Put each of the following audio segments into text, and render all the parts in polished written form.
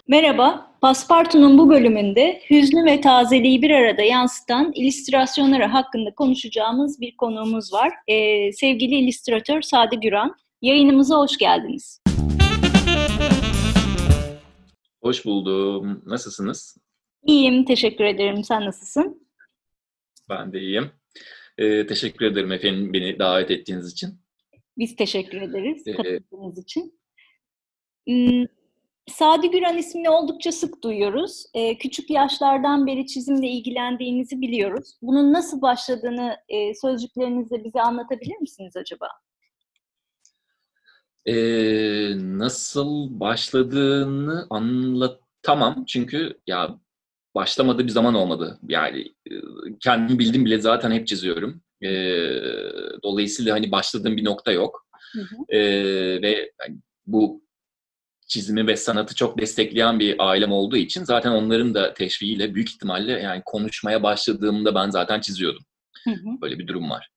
Merhaba, Paspartu'nun bu bölümünde hüznü ve tazeliği bir arada yansıtan illüstrasyonları hakkında konuşacağımız bir konuğumuz var. Sevgili illüstratör Sadi Güran, yayınımıza hoş geldiniz. Hoş buldum. Nasılsınız? İyiyim, teşekkür ederim. Sen nasılsın? Ben de iyiyim. Teşekkür ederim efendim beni davet ettiğiniz için. Biz teşekkür ederiz Ee, katıldığınız için. Sadi Güran ismini oldukça sık duyuyoruz. Küçük yaşlardan beri çizimle ilgilendiğinizi biliyoruz. Bunun nasıl başladığını sözcüklerinizle bize anlatabilir misiniz acaba? Nasıl başladığını anlatamam çünkü ya başlamadığı bir zaman olmadı. Yani kendim bildim bile zaten hep çiziyorum. Dolayısıyla hani başladığım bir nokta yok. Hı hı. Ve hani, bu çizimi ve sanatı çok destekleyen bir ailem olduğu için zaten onların da teşviğiyle büyük ihtimalle yani konuşmaya başladığımda ben zaten çiziyordum. Hı hı. Böyle bir durum var.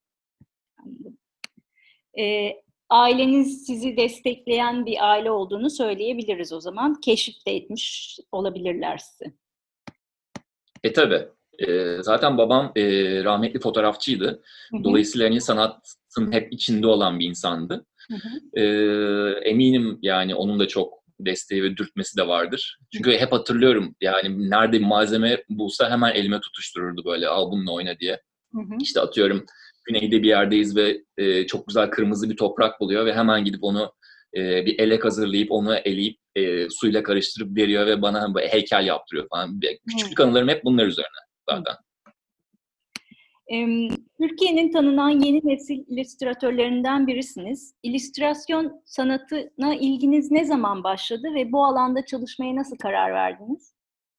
Aileniz sizi destekleyen bir aile olduğunu söyleyebiliriz o zaman. Keşif de etmiş olabilirler sizi. Tabii. Zaten babam rahmetli fotoğrafçıydı. Hı hı. Dolayısıyla hani sanatın hep içinde olan bir insandı. Hı hı. Eminim yani onun da çok desteği ve dürtmesi de vardır. Hı Çünkü hep hatırlıyorum yani nerede bir malzeme bulsa hemen elime tutuştururdu böyle al bununla oyna diye. hı. İşte atıyorum güneyde bir yerdeyiz ve çok güzel kırmızı bir toprak buluyor ve hemen gidip onu bir elek hazırlayıp onu eleyip suyla karıştırıp veriyor ve bana böyle heykel yaptırıyor falan. Küçüklük anılarım hep bunlar üzerine zaten. Türkiye'nin tanınan yeni nesil illüstratörlerinden birisiniz. İllüstrasyon sanatına ilginiz ne zaman başladı ve bu alanda çalışmaya nasıl karar verdiniz?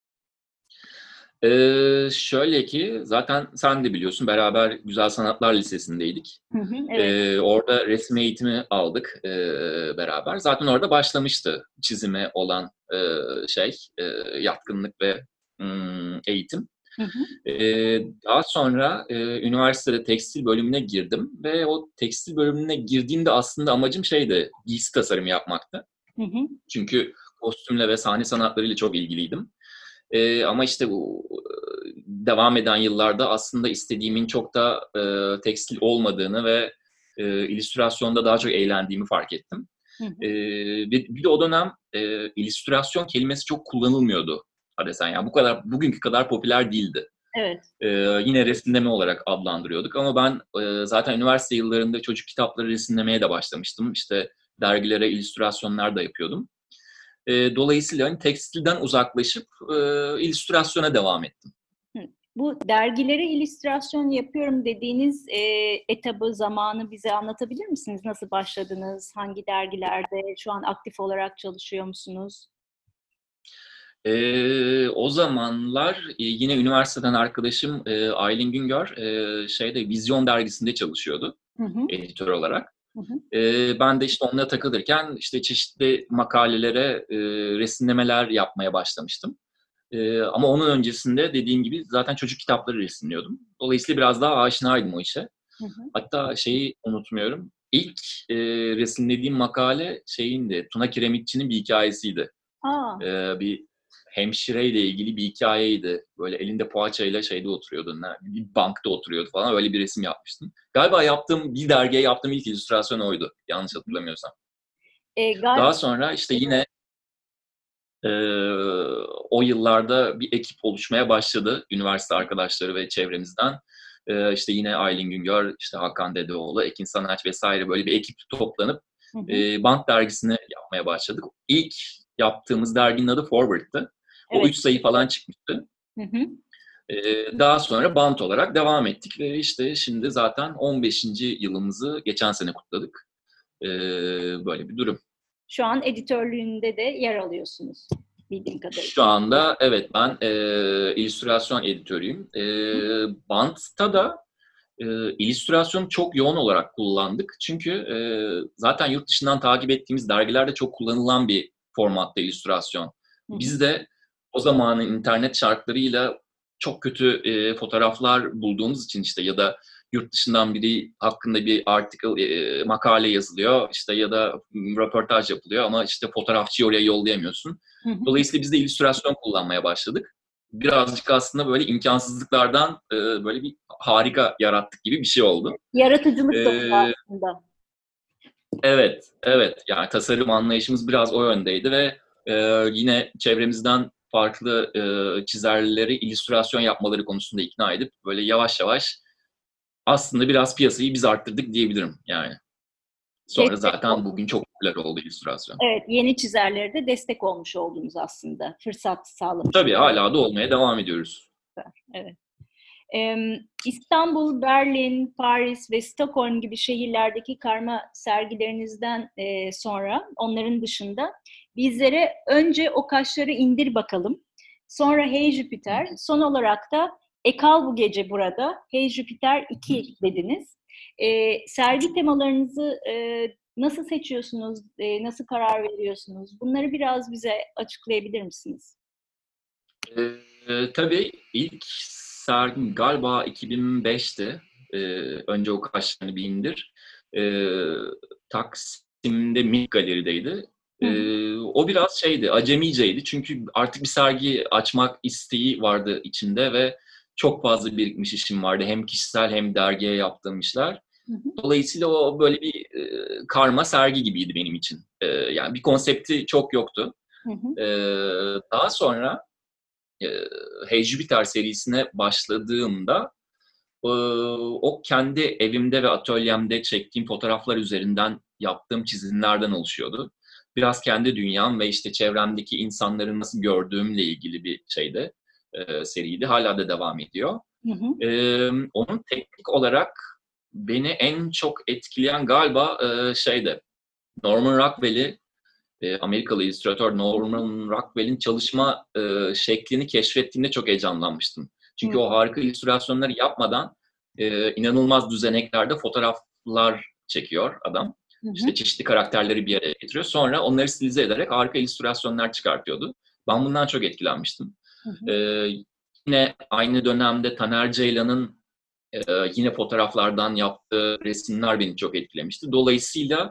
Şöyle ki zaten sen de biliyorsun beraber Güzel Sanatlar Lisesi'ndeydik. Hı hı, evet. Orada resim eğitimi aldık beraber. Zaten orada başlamıştı çizime olan yatkınlık ve eğitim. Hı hı, Daha sonra üniversitede tekstil bölümüne girdim ve o tekstil bölümüne girdiğimde aslında amacım şeydi, giysi tasarımı yapmaktı. hı hı, Çünkü kostümle ve sahne sanatlarıyla çok ilgiliydim. Ama işte bu devam eden yıllarda aslında istediğimin çok da tekstil olmadığını ve illüstrasyonda daha çok eğlendiğimi fark ettim. hı hı. Bir de o dönem illüstrasyon kelimesi çok kullanılmıyordu adesen. Yani bu kadar bugünkü kadar popüler değildi. Evet. Yine resimleme olarak adlandırıyorduk ama ben zaten üniversite yıllarında çocuk kitapları resimlemeye de başlamıştım. İşte dergilere illüstrasyonlar da yapıyordum. Dolayısıyla hani tekstilden uzaklaşıp illüstrasyona devam ettim. Hı. Bu dergilere illüstrasyon yapıyorum dediğiniz etabı, zamanı bize anlatabilir misiniz? Nasıl başladınız? Hangi dergilerde? Şu an aktif olarak çalışıyor musunuz? O zamanlar yine üniversiteden arkadaşım Aylin Güngör Vizyon dergisinde çalışıyordu Hı hı, editör olarak. hı hı, Ben de işte onunla takılırken işte çeşitli makalelere resimlemeler yapmaya başlamıştım. Ama onun öncesinde dediğim gibi zaten çocuk kitapları resimliyordum. Dolayısıyla biraz daha aşinaydım o işe. hı hı. Hatta şeyi unutmuyorum. İlk resimlediğim makale Tuna Kiremitçi'nin bir hikayesiydi. Aa, Bir hemşireyle ilgili bir hikayeydi. Böyle elinde poğaçayla oturuyordu. Bir bankta oturuyordu falan. Öyle bir resim yapmıştım. Galiba bir dergiye yaptığım ilk illüstrasyon oydu. Yanlış hatırlamıyorsam. galiba. Daha sonra işte yine e, o yıllarda bir ekip oluşmaya başladı. Üniversite arkadaşları ve çevremizden. İşte yine Aylin Güngör, işte Hakan Dedeoğlu, Ekin Sanaç vesaire böyle bir ekip toplanıp Hı hı, Bant dergisini yapmaya başladık. İlk yaptığımız derginin adı Forward'tı. O evet. 3 sayı falan çıkmıştı. Hı hı. Daha sonra Bant olarak devam ettik ve işte şimdi zaten 15. yılımızı geçen sene kutladık. Böyle bir durum. Şu an editörlüğünde de yer alıyorsunuz bildiğim kadarıyla. Şu anda evet ben illüstrasyon editörüyüm. Bant'ta da illüstrasyonu çok yoğun olarak kullandık. Çünkü zaten yurt dışından takip ettiğimiz dergilerde çok kullanılan bir formatta illüstrasyon. Hı hı. Biz de o zamanın internet şartlarıyla çok kötü fotoğraflar bulduğumuz için işte ya da yurt dışından biri hakkında bir makale yazılıyor işte ya da röportaj yapılıyor ama işte fotoğrafçıyı oraya yollayamıyorsun. Dolayısıyla biz de illüstrasyon kullanmaya başladık. Birazcık aslında böyle imkansızlıklardan böyle bir harika yarattık gibi bir şey oldu. Yaratıcılık da oldu E, aslında. evet, evet. Yani tasarım anlayışımız biraz o yöndeydi ve yine çevremizden farklı çizerleri illüstrasyon yapmaları konusunda ikna edip böyle yavaş yavaş aslında biraz piyasayı biz arttırdık diyebilirim yani. Sonra Destek zaten oldu. bugün çok popüler oldu illüstrasyon. Evet, yeni çizerlere de destek olmuş oldunuz aslında. Fırsat sağlamış Tabii oldunuz. hala da olmaya devam ediyoruz. Evet. İstanbul, Berlin, Paris ve Stockholm gibi şehirlerdeki karma sergilerinizden sonra, onların dışında bizlere önce O Kaşları İndir Bakalım, sonra Hey Jüpiter, son olarak da Kal Bu Gece Burada, Hey Jüpiter 2 dediniz. Sergi temalarınızı nasıl seçiyorsunuz, nasıl karar veriyorsunuz? Bunları biraz bize açıklayabilir misiniz? Tabii ilk sergim galiba 2005'ti. Önce O Kaşlarını Bir İndir. Taksim'de Mik Galeri'deydi. O biraz acemiceydi. Çünkü artık bir sergi açmak isteği vardı içinde ve çok fazla birikmiş işim vardı. Hem kişisel hem dergiye yaptığım işler. Dolayısıyla o böyle bir karma sergi gibiydi benim için. Yani bir konsepti çok yoktu. Daha sonra Hey Jupiter serisine başladığımda o kendi evimde ve atölyemde çektiğim fotoğraflar üzerinden yaptığım çizimlerden oluşuyordu. Biraz kendi dünyam ve işte çevremdeki insanları nasıl gördüğümle ilgili bir seriydi. Hala da devam ediyor. Onun teknik olarak beni en çok etkileyen galiba Norman Rockwell'i, Amerikalı illüstratör Norman Rockwell'in çalışma şeklini keşfettiğimde çok heyecanlanmıştım. Çünkü o harika illüstrasyonları yapmadan inanılmaz düzeneklerde fotoğraflar çekiyor adam. İşte çeşitli karakterleri bir araya getiriyor. Sonra onları stilize ederek harika illüstrasyonlar çıkartıyordu. Ben bundan çok etkilenmiştim. Yine aynı dönemde Taner Ceylan'ın yine fotoğraflardan yaptığı resimler beni çok etkilemişti. Dolayısıyla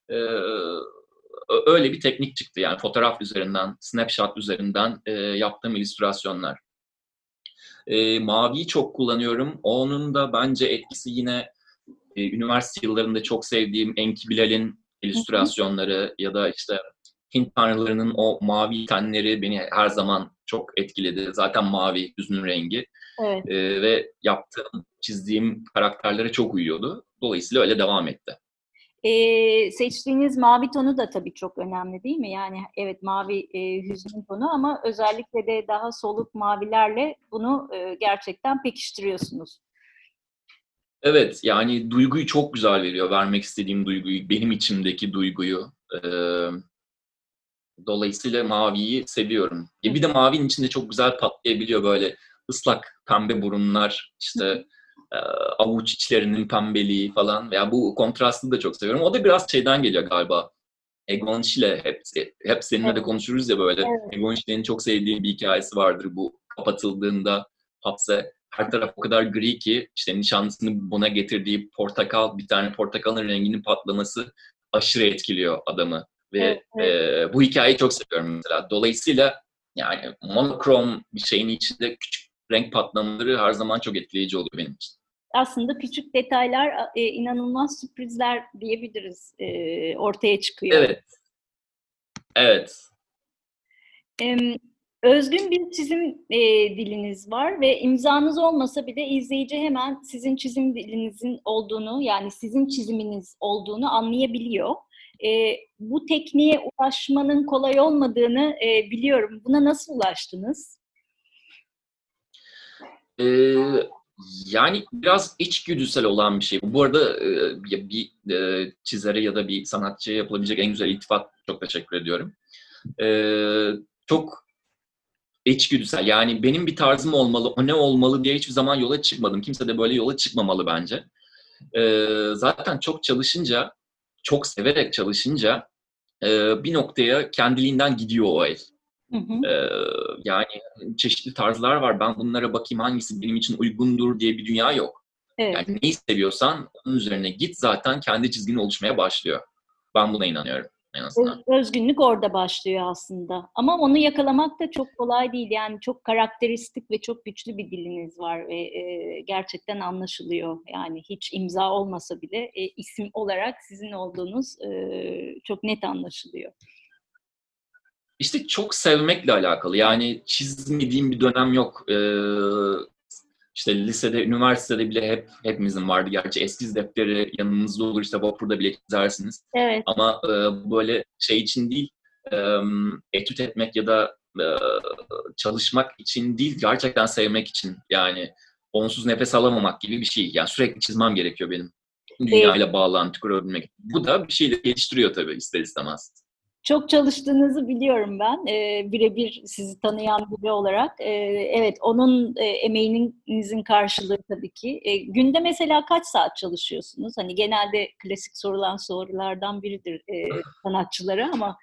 öyle bir teknik çıktı. Yani fotoğraf üzerinden, snapshot üzerinden yaptığım illüstrasyonlar. Maviyi çok kullanıyorum. Onun da bence etkisi yine üniversite yıllarında çok sevdiğim Enki Bilal'in illüstrasyonları ya da işte Hint tanrılarının o mavi tenleri beni her zaman çok etkiledi. Zaten mavi, hüznün rengi. Evet. Ve çizdiğim karakterlere çok uyuyordu. Dolayısıyla öyle devam etti. Seçtiğiniz mavi tonu da tabii çok önemli değil mi? Yani evet mavi hüzün tonu ama özellikle de daha soluk mavilerle bunu gerçekten pekiştiriyorsunuz. Evet, yani duyguyu çok güzel veriyor. Vermek istediğim duyguyu, benim içimdeki duyguyu. Dolayısıyla maviyi seviyorum. Bir de mavinin içinde çok güzel patlayabiliyor böyle ıslak pembe burunlar, işte avuç içlerinin pembeliği falan. Veya bu kontrastı da çok seviyorum. O da biraz şeyden geliyor galiba. Egon Schiele hep seninle de konuşuruz ya böyle. Evet. Egon Schiele'nin çok sevdiğim bir hikayesi vardır bu. Kapatıldığında hapse her taraf o kadar gri ki işte nişanlısını buna getirdiği bir tane portakalın renginin patlaması aşırı etkiliyor adamı. Ve bu hikayeyi çok seviyorum mesela. Dolayısıyla yani monokrom bir şeyin içinde küçük renk patlamaları her zaman çok etkileyici oluyor benim için. Aslında küçük detaylar inanılmaz sürprizler diyebiliriz ortaya çıkıyor. Evet. Evet. Özgün bir çizim diliniz var ve imzanız olmasa bile izleyici hemen sizin çizim dilinizin olduğunu, yani sizin çiziminiz olduğunu anlayabiliyor. Bu tekniğe ulaşmanın kolay olmadığını biliyorum. Buna nasıl ulaştınız? Yani biraz içgüdüsel olan bir şey. Bu arada bir çizere ya da bir sanatçıya yapılabilecek en güzel iltifat. Çok teşekkür ediyorum. Çok içgüdüsel. Yani benim bir tarzım olmalı, o ne olmalı diye hiçbir zaman yola çıkmadım. Kimse de böyle yola çıkmamalı bence. Zaten çok çalışınca, çok severek çalışınca bir noktaya kendiliğinden gidiyor o el. Yani çeşitli tarzlar var. Ben bunlara bakayım hangisi benim için uygundur diye bir dünya yok. Evet. Yani neyi seviyorsan onun üzerine git, zaten kendi çizgin oluşmaya başlıyor. Ben buna inanıyorum en azından. Özgünlük orada başlıyor aslında. Ama onu yakalamak da çok kolay değil. Yani çok karakteristik ve çok güçlü bir diliniz var ve gerçekten anlaşılıyor. Yani hiç imza olmasa bile isim olarak sizin olduğunuz çok net anlaşılıyor. İşte çok sevmekle alakalı. Yani çizmediğim bir dönem yok. İşte lisede, üniversitede bile hepimizin vardı. Gerçi eskiz defteri yanınızda olur, işte vapurda bile çizersiniz. Evet. Ama böyle şey için değil, etüt etmek ya da çalışmak için değil, gerçekten sevmek için. Yani onsuz nefes alamamak gibi bir şey. Yani sürekli çizmem gerekiyor benim. E, Dünyayla bağlantı kurabilmek. Bu da bir şeyleri geliştiriyor tabii, ister istemez. Çok çalıştığınızı biliyorum ben. Birebir sizi tanıyan biri olarak. Evet, onun emeğinizin karşılığı tabii ki. Günde mesela kaç saat çalışıyorsunuz? Hani genelde klasik sorulan sorulardan biridir sanatçılara ama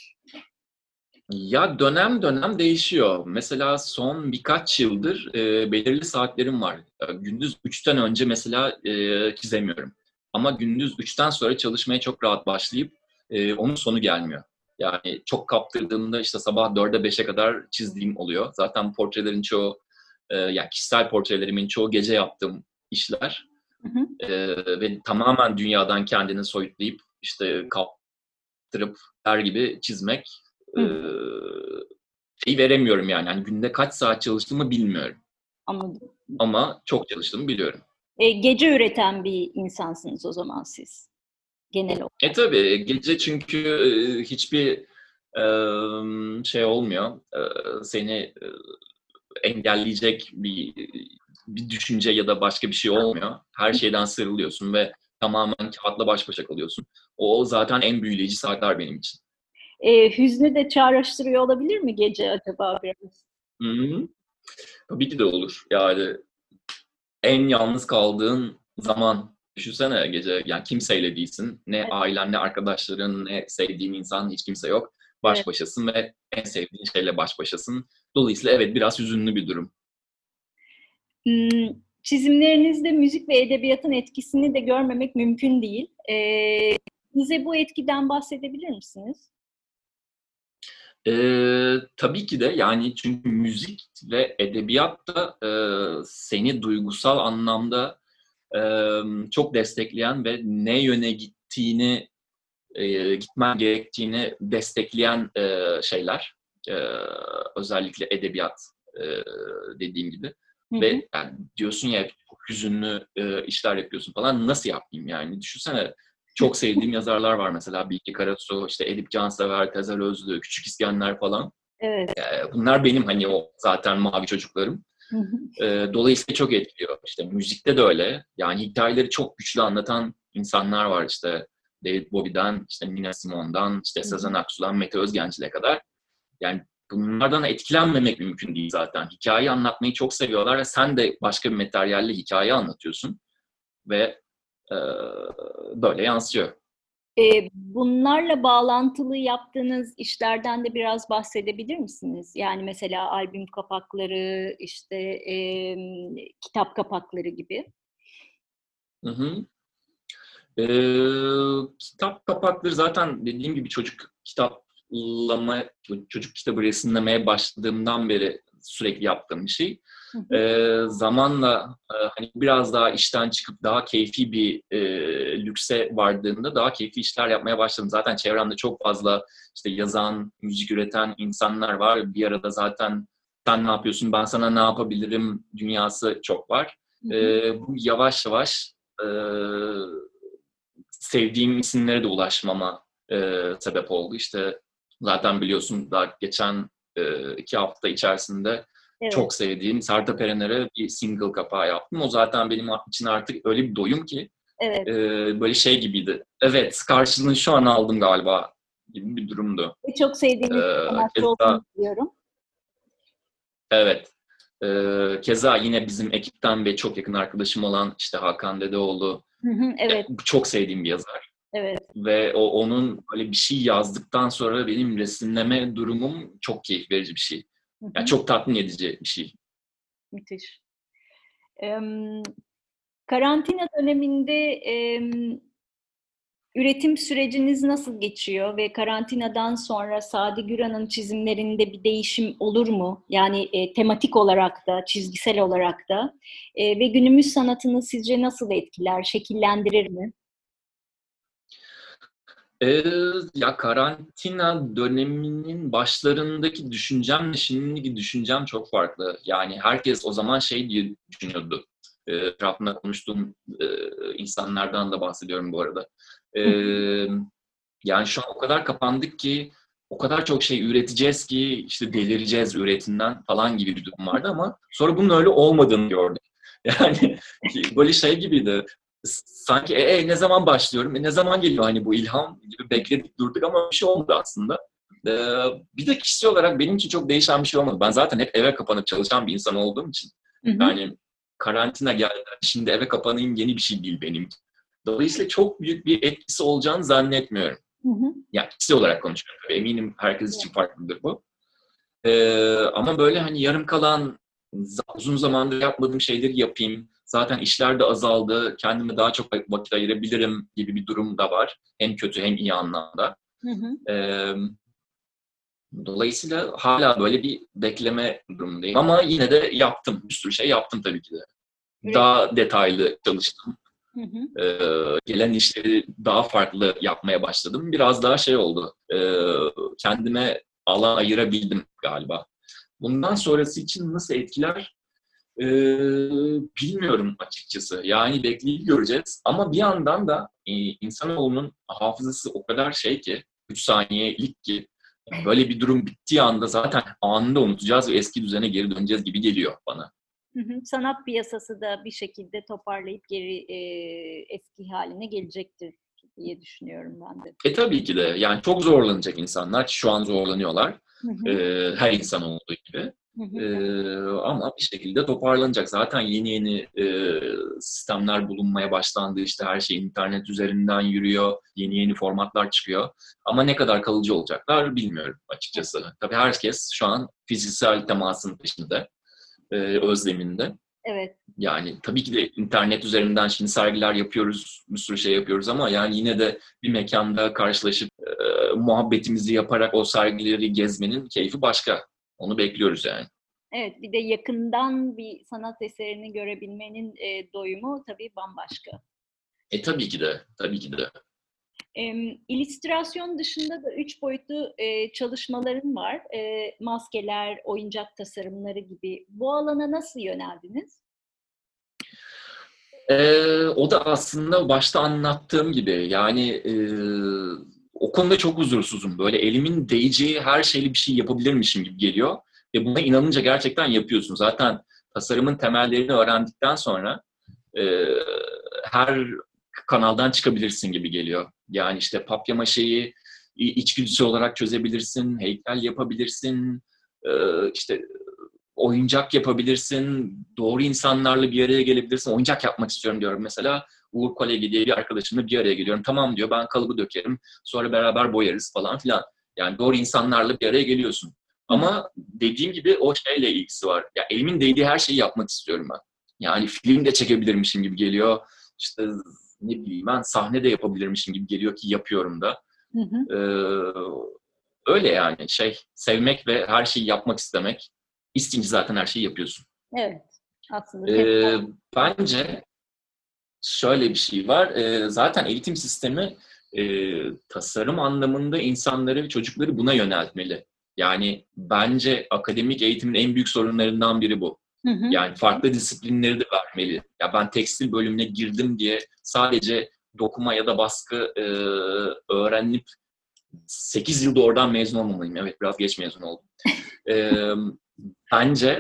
Ya dönem dönem değişiyor. Mesela son birkaç yıldır belirli saatlerim var. Gündüz 3'ten önce mesela çizemiyorum. Ama gündüz 3'ten sonra çalışmaya çok rahat başlayıp onun sonu gelmiyor. Yani çok kaptırdığımda işte sabah 4'e 5'e kadar çizdiğim oluyor. Zaten portrelerin çoğu, yani kişisel portrelerimin çoğu gece yaptığım işler. hı hı, Ve tamamen dünyadan kendini soyutlayıp işte kaptırıp her gibi çizmek, hı hı, şeyi veremiyorum yani. Hani günde kaç saat çalıştığımı bilmiyorum. anladım. Ama çok çalıştığımı biliyorum. Gece üreten bir insansınız o zaman siz genel olarak. Tabii gece, çünkü hiçbir şey olmuyor. Seni engelleyecek bir düşünce ya da başka bir şey olmuyor. Her şeyden sıyrılıyorsun ve tamamen kağıtla baş başa kalıyorsun. O zaten en büyüleyici saatler benim için. Hüznü de çağrıştırıyor olabilir mi gece acaba biraz? Hı-hı. Tabii ki de olur. Yani en yalnız kaldığın zaman, düşünsene gece, yani kimseyle değilsin. Ne ailen, ne arkadaşların, ne sevdiğin insan, hiç kimse yok. Evet. Baş başasın ve en sevdiğin şeyle baş başasın. Dolayısıyla evet, biraz hüzünlü bir durum. Çizimlerinizde müzik ve edebiyatın etkisini de görmemek mümkün değil. Bize bu etkiden bahsedebilir misiniz? Tabii ki de, yani çünkü müzik ve edebiyat da seni duygusal anlamda çok destekleyen ve ne yöne gitmen gerektiğini destekleyen şeyler. Özellikle edebiyat, dediğim gibi. Hı hı. Ve yani diyorsun ya, çok hüzünlü işler yapıyorsun falan. Nasıl yapayım yani? Düşünsene, çok sevdiğim yazarlar var mesela. Bilge Karasu, işte Edip Cansever, Tezer Özlü, Küçük İskender falan. Evet. Bunlar benim hani o zaten mavi çocuklarım. Hı hı. Dolayısıyla çok etkiliyor. İşte müzikte de öyle. Yani hikayeleri çok güçlü anlatan insanlar var işte. David Bowie'den, işte Nina Simone'dan, işte Hı Sezen hı. Aksu'dan, Mete Özgenç'e kadar. Yani bunlardan etkilenmemek mümkün değil zaten. Hikayeyi anlatmayı çok seviyorlar ve sen de başka bir materyalle hikaye anlatıyorsun ve e, böyle yansıyor. Bunlarla bağlantılı yaptığınız işlerden de biraz bahsedebilir misiniz? Yani mesela albüm kapakları, işte kitap kapakları gibi. Hı hı. Kitap kapakları zaten dediğim gibi çocuk kitabı resimlemeye başladığımdan beri sürekli yaptığım bir şey. Hı hı. Zamanla hani biraz daha işten çıkıp daha keyfi bir lükse vardığımda daha keyifli işler yapmaya başladım. Zaten çevremde çok fazla işte yazan, müzik üreten insanlar var. Bir arada zaten sen ne yapıyorsun, ben sana ne yapabilirim dünyası çok var. Hı hı. Bu yavaş yavaş e, sevdiğim isimlere de ulaşmama sebep oldu. İşte zaten biliyorsun, daha geçen 2 hafta içerisinde Evet, çok sevdiğim Sertab Erener'e bir single kapağı yaptım. O zaten benim için artık öyle bir doyum ki evet. böyle şey gibiydi. Evet, karşılığını şu an aldım galiba gibi bir durumdu. Ve çok sevdiğiniz bir sanatçı Keza olduğunu biliyorum. evet. Keza yine bizim ekipten ve çok yakın arkadaşım olan işte Hakan Dedeoğlu, Hı hı, evet, çok sevdiğim bir yazar. evet. Ve onun böyle bir şey yazdıktan sonra benim resimleme durumum çok keyif verici bir şey. Hı Yani hı, çok tatmin edici bir şey. müthiş. Karantina döneminde üretim süreciniz nasıl geçiyor ve karantinadan sonra Sadi Güran'ın çizimlerinde bir değişim olur mu? Yani tematik olarak da, çizgisel olarak da ve günümüz sanatını sizce nasıl etkiler, şekillendirir mi? Ya karantina döneminin başlarındaki düşüncemle şimdiki düşüncem çok farklı. Yani herkes o zaman şey diye düşünüyordu. Etrafımda konuştuğum insanlardan da bahsediyorum bu arada. Ee, Yani şu an o kadar kapandık ki, o kadar çok şey üreteceğiz ki işte delireceğiz üretimden falan gibi bir durum vardı ama sonra bunun öyle olmadığını gördüm. Yani böyle şey gibiydi. Sanki ne zaman başlıyorum, ne zaman geliyor hani bu ilham gibi bekledik durduk ama bir şey olmadı aslında. Bir de kişisel olarak benim için çok değişen bir şey olmadı. Ben zaten hep eve kapanıp çalışan bir insan olduğum için Hı hı. yani karantina geldi, şimdi eve kapanayım yeni bir şey değil benim. Dolayısıyla çok büyük bir etkisi olacağını zannetmiyorum. Hı hı. Yani kişisel olarak konuşuyorum. Eminim herkes için farklıdır bu. Ama böyle hani yarım kalan uzun zamandır yapmadığım şeyleri yapayım. Zaten işler de azaldı. Kendime daha çok vakit ayırabilirim gibi bir durum da var. Hem kötü hem iyi anlamda. Hı hı. Ee, Dolayısıyla hala böyle bir bekleme durumundayım. Ama yine de yaptım. Bir sürü şey yaptım tabii ki de. Üret. Daha detaylı çalıştım. Hı hı. Gelen işleri daha farklı yapmaya başladım. Biraz daha şey oldu. Kendime alan ayırabildim galiba. Bundan sonrası için nasıl etkiler bilmiyorum açıkçası. Yani bekleyip göreceğiz. Ama bir yandan da insanoğlunun hafızası o kadar şey ki, 3 saniyelik ki, böyle bir durum bittiği anda zaten anında unutacağız ve eski düzene geri döneceğiz gibi geliyor bana. Hı hı. Sanat piyasası da bir şekilde toparlayıp geri eski haline gelecektir diye düşünüyorum ben de. Tabii ki de. Yani çok zorlanacak insanlar. Şu an zorlanıyorlar. Hı hı. Her insan olduğu gibi. Hı hı. Ama bir şekilde toparlanacak. Zaten yeni yeni sistemler bulunmaya başlandı. İşte her şey internet üzerinden yürüyor. Yeni yeni formatlar çıkıyor. Ama ne kadar kalıcı olacaklar bilmiyorum Evet. açıkçası. Tabii herkes şu an fiziksel temasın peşinde, özleminde. Evet. Yani tabii ki de internet üzerinden şimdi sergiler yapıyoruz, bir sürü şey yapıyoruz ama yani yine de bir mekanda karşılaşıp muhabbetimizi yaparak o sergileri gezmenin keyfi başka. Onu bekliyoruz yani. Evet, bir de yakından bir sanat eserini görebilmenin doyumu tabii bambaşka. Tabii ki de, tabii ki de. İllüstrasyon dışında da üç boyutlu çalışmaların var. Maskeler, oyuncak tasarımları gibi. Bu alana nasıl yöneldiniz? O da aslında başta anlattığım gibi yani o konuda çok huzursuzum. Böyle elimin değeceği her şeyle bir şey yapabilirmişim gibi geliyor. Ve buna inanınca gerçekten yapıyorsun. Zaten tasarımın temellerini öğrendikten sonra e, her kanaldan çıkabilirsin gibi geliyor. Yani işte papyamaşeyi içgüdüsü olarak çözebilirsin, heykel yapabilirsin, işte oyuncak yapabilirsin, doğru insanlarla bir araya gelebilirsin. Oyuncak yapmak istiyorum diyorum mesela. Uğur Kolegi diye bir arkadaşımla bir araya geliyorum. Tamam diyor, ben kalıbı dökerim, sonra beraber boyarız falan filan. Yani doğru insanlarla bir araya geliyorsun. Hı hı. Ama dediğim gibi o şeyle ilgisi var. Ya elimin değdiği her şeyi yapmak istiyorum ben. Yani film de çekebilirmişim gibi geliyor. İşte ne bileyim ben sahne de yapabilirmişim gibi geliyor ki yapıyorum da. Hı hı. Ee, Öyle yani şey sevmek ve her şeyi yapmak istemek. İsteyince zaten her şeyi yapıyorsun. Evet, aslında Ee, Bence şöyle bir şey var. Zaten eğitim sistemi tasarım anlamında insanları, çocukları buna yöneltmeli. Yani bence akademik eğitimin en büyük sorunlarından biri bu. Hı hı. Yani farklı disiplinleri de vermeli. Ya ben tekstil bölümüne girdim diye sadece dokuma ya da baskı öğrenip 8 yılda oradan mezun olmamalıyım. Evet, biraz geç mezun oldum. Ee, Bence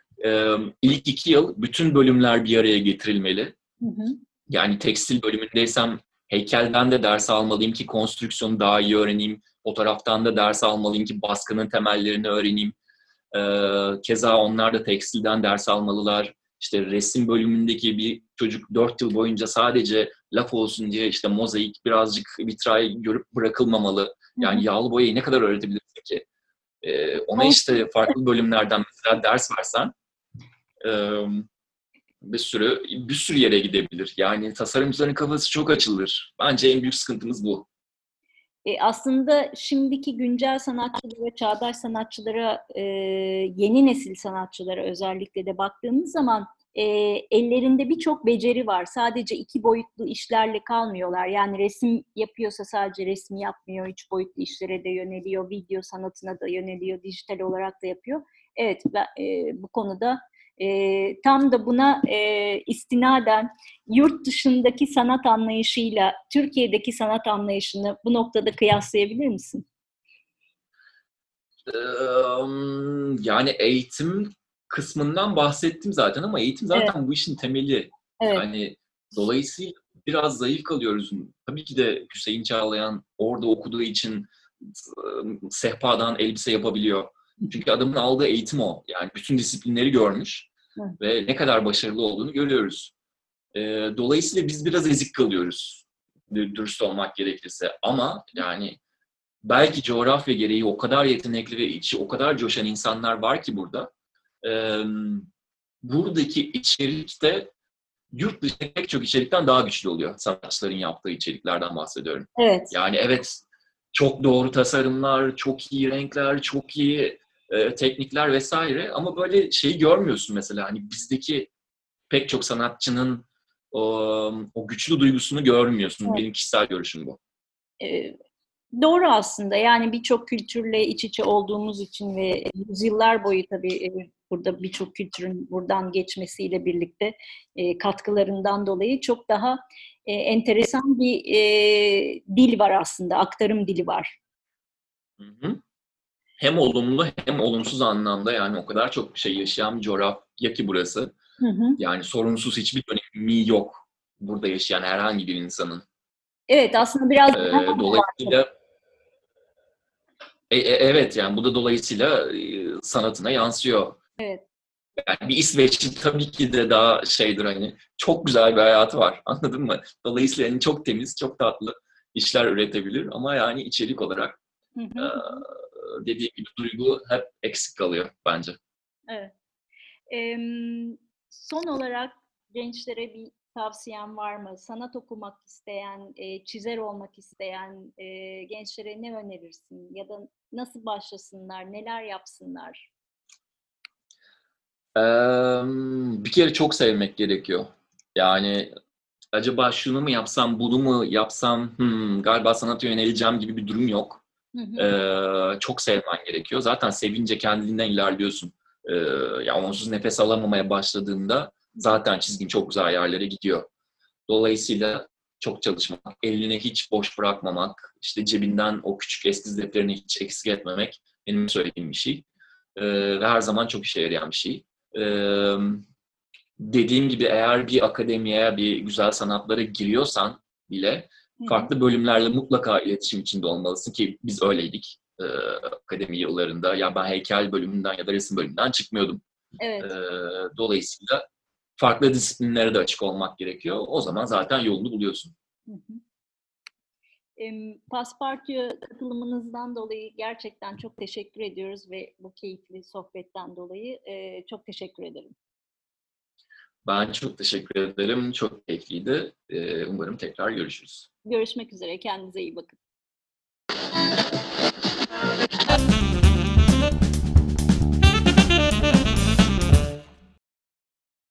ilk 2 yıl bütün bölümler bir araya getirilmeli. Hı hı. Yani tekstil bölümündeysem heykelden de ders almalıyım ki konstrüksiyonu daha iyi öğreneyim. Fotoğraftan da ders almalıyım ki baskının temellerini öğreneyim. Keza onlar da tekstilden ders almalılar. İşte resim bölümündeki bir çocuk 4 yıl boyunca sadece laf olsun diye işte mozaik, birazcık vitray görüp bırakılmamalı. Hı hı. Yani yağlı boyayı ne kadar öğretebilirsin ki? Ona Son- işte farklı bölümlerden mesela ders versen, e, Bir sürü yere gidebilir. Yani tasarımcıların kafası çok açılır. Bence en büyük sıkıntımız bu. Aslında şimdiki güncel sanatçılara ve çağdaş sanatçılara, yeni nesil sanatçılara özellikle de baktığımız zaman ellerinde birçok beceri var. Sadece iki boyutlu işlerle kalmıyorlar. Yani resim yapıyorsa sadece resim yapmıyor, üç boyutlu işlere de yöneliyor, video sanatına da yöneliyor, dijital olarak da yapıyor. Evet, bu konuda tam da buna istinaden yurt dışındaki sanat anlayışıyla Türkiye'deki sanat anlayışını bu noktada kıyaslayabilir misin? Ee, Yani eğitim kısmından bahsettim zaten ama eğitim Evet, zaten bu işin temeli. evet. Yani dolayısıyla biraz zayıf kalıyoruz. Tabii ki de Hüseyin Çağlayan orada okuduğu için sehpadan elbise yapabiliyor. Çünkü adamın aldığı eğitim o. Yani bütün disiplinleri görmüş Hı. ve ne kadar başarılı olduğunu görüyoruz. Dolayısıyla biz biraz ezik kalıyoruz, dürüst olmak gerekirse. Ama yani belki coğrafya gereği o kadar yetenekli ve içi o kadar coşan insanlar var ki burada. Ee, Buradaki içerikte yurt dışındaki pek çok içerikten daha güçlü oluyor. Sanatçıların yaptığı içeriklerden bahsediyorum. Evet, Yani evet, çok doğru tasarımlar, çok iyi renkler, çok iyi teknikler vesaire ama böyle şeyi görmüyorsun mesela hani bizdeki pek çok sanatçının o güçlü duygusunu görmüyorsun. evet. Benim kişisel görüşüm bu. Ee, Doğru aslında. Yani birçok kültürle iç içe olduğumuz için ve yüzyıllar boyu tabii burada birçok kültürün buradan geçmesiyle birlikte katkılarından dolayı çok daha enteresan bir dil var aslında. Aktarım dili var. Hı hı. Hem olumlu hem olumsuz anlamda yani o kadar çok şey yaşayan bir coğrafya ki burası. Hı hı. Yani sorunsuz hiçbir dönemi yok burada yaşayan herhangi bir insanın. Evet, aslında biraz drama da var tabii. Dolayısıyla evet yani bu da dolayısıyla sanatına yansıyor. Evet. Yani bir İsveçli tabii ki de daha şeydir hani çok güzel bir hayatı var anladın mı? Dolayısıyla yani çok temiz, çok tatlı işler üretebilir ama yani içerik olarak Hı e, hı. dediğim gibi duygu hep eksik kalıyor bence. Evet. Son olarak gençlere bir tavsiyen var mı? Sanat okumak isteyen, çizer olmak isteyen gençlere ne önerirsin? Ya da nasıl başlasınlar, neler yapsınlar? Bir kere çok sevmek gerekiyor. Yani acaba şunu mu yapsam, bunu mu yapsam, galiba sanata yöneleceğim gibi bir durum yok. Hı hı. Çok sevmen gerekiyor. Zaten sevince kendiliğinden ilerliyorsun. Ee, Ya onsuz nefes alamamaya başladığında zaten çizgin çok güzel yerlere gidiyor. Dolayısıyla çok çalışmak, eline hiç boş bırakmamak, işte cebinden o küçük eskiz defterini hiç eksik etmemek benim söylediğim bir şey. Ve her zaman çok işe yarayan bir şey. Ee, Dediğim gibi eğer bir akademiye, bir güzel sanatlara giriyorsan bile Hı hı. farklı bölümlerle mutlaka iletişim içinde olmalısın ki biz öyleydik akademi yıllarında. Ya ben heykel bölümünden ya da resim bölümünden çıkmıyordum. Ee, Evet. Dolayısıyla farklı disiplinlere de açık olmak gerekiyor. O zaman zaten yolunu buluyorsun. Hı hı. Paspartu'ya katılımınızdan dolayı gerçekten çok teşekkür ediyoruz ve bu keyifli sohbetten dolayı çok teşekkür ederim. Ben çok teşekkür ederim. Çok keyifliydi. Umarım tekrar görüşürüz. Görüşmek üzere, kendinize iyi bakın.